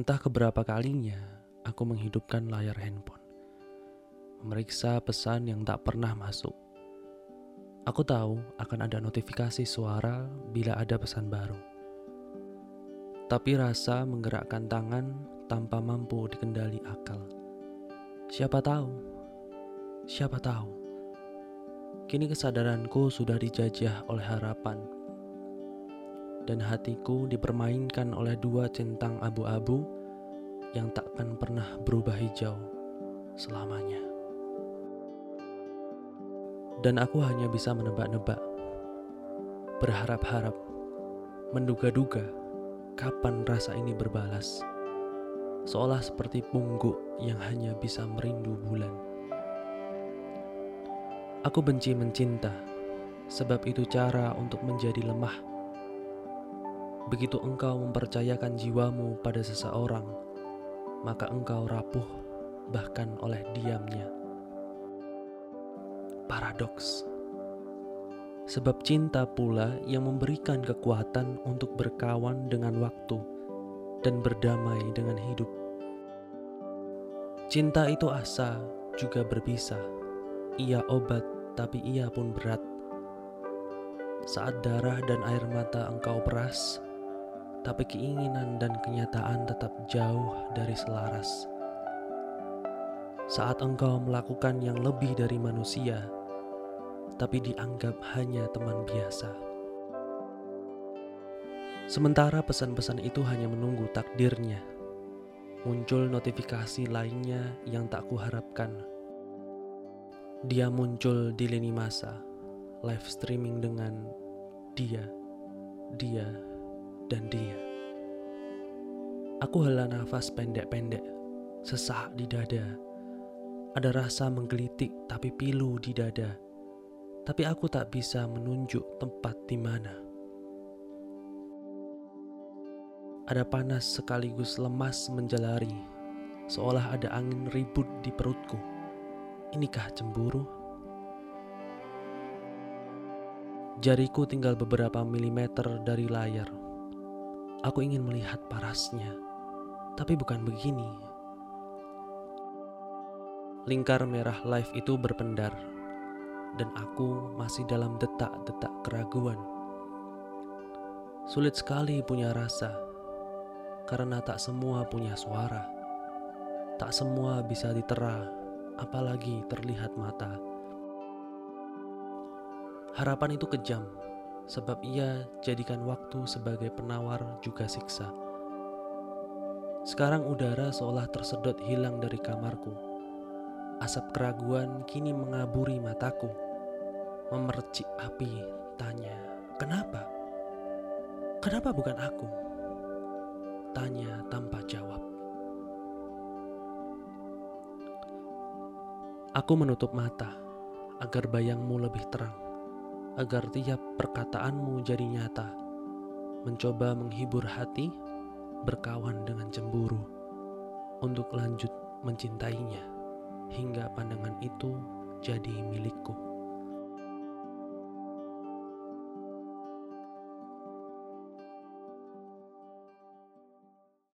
Entah keberapa kalinya aku menghidupkan layar handphone, memeriksa pesan yang tak pernah masuk. Aku tahu akan ada notifikasi suara bila ada pesan baru. Tapi rasa menggerakkan tangan tanpa mampu dikendali akal. Siapa tahu, siapa tahu. Kini kesadaranku sudah dijajah oleh harapan. Dan hatiku dipermainkan oleh dua centang abu-abu yang takkan pernah berubah hijau selamanya. Dan aku hanya bisa menebak-nebak, berharap-harap, menduga-duga kapan rasa ini berbalas. Seolah seperti pungguk yang hanya bisa merindu bulan. Aku benci mencinta, sebab itu cara untuk menjadi lemah. Begitu engkau mempercayakan jiwamu pada seseorang, maka engkau rapuh bahkan oleh diamnya. Paradoks. Sebab cinta pula yang memberikan kekuatan untuk berkawan dengan waktu dan berdamai dengan hidup. Cinta itu asa juga berbisa. Ia obat tapi ia pun berat. Saat darah dan air mata engkau peras, tapi keinginan dan kenyataan tetap jauh dari selaras. Saat engkau melakukan yang lebih dari manusia, tapi dianggap hanya teman biasa. Sementara pesan-pesan itu hanya menunggu takdirnya. Muncul notifikasi lainnya yang tak kuharapkan. Dia muncul di lini masa, live streaming dengan dia, dan dia. Aku hela nafas pendek-pendek, sesak di dada. Ada rasa menggelitik tapi pilu di dada. Tapi aku tak bisa menunjuk tempat di mana. Ada panas sekaligus lemas menjalari, seolah ada angin ribut di perutku. Inikah cemburu? Jariku tinggal beberapa milimeter dari layar. Aku ingin melihat parasnya, tapi bukan begini. Lingkar merah live itu berpendar, dan aku masih dalam detak-detak keraguan. Sulit sekali punya rasa, karena tak semua punya suara. Tak semua bisa ditera, apalagi terlihat mata. Harapan itu kejam, sebab ia jadikan waktu sebagai penawar juga siksa. Sekarang udara seolah tersedot hilang dari kamarku. Asap keraguan kini mengaburi mataku. Memercik api, tanya, kenapa? Kenapa bukan aku? Tanya tanpa jawab. Aku menutup mata agar bayangmu lebih terang, agar tiap perkataanmu jadi nyata. Mencoba menghibur hati, berkawan dengan cemburu, untuk lanjut mencintainya hingga pandangan itu jadi milikku.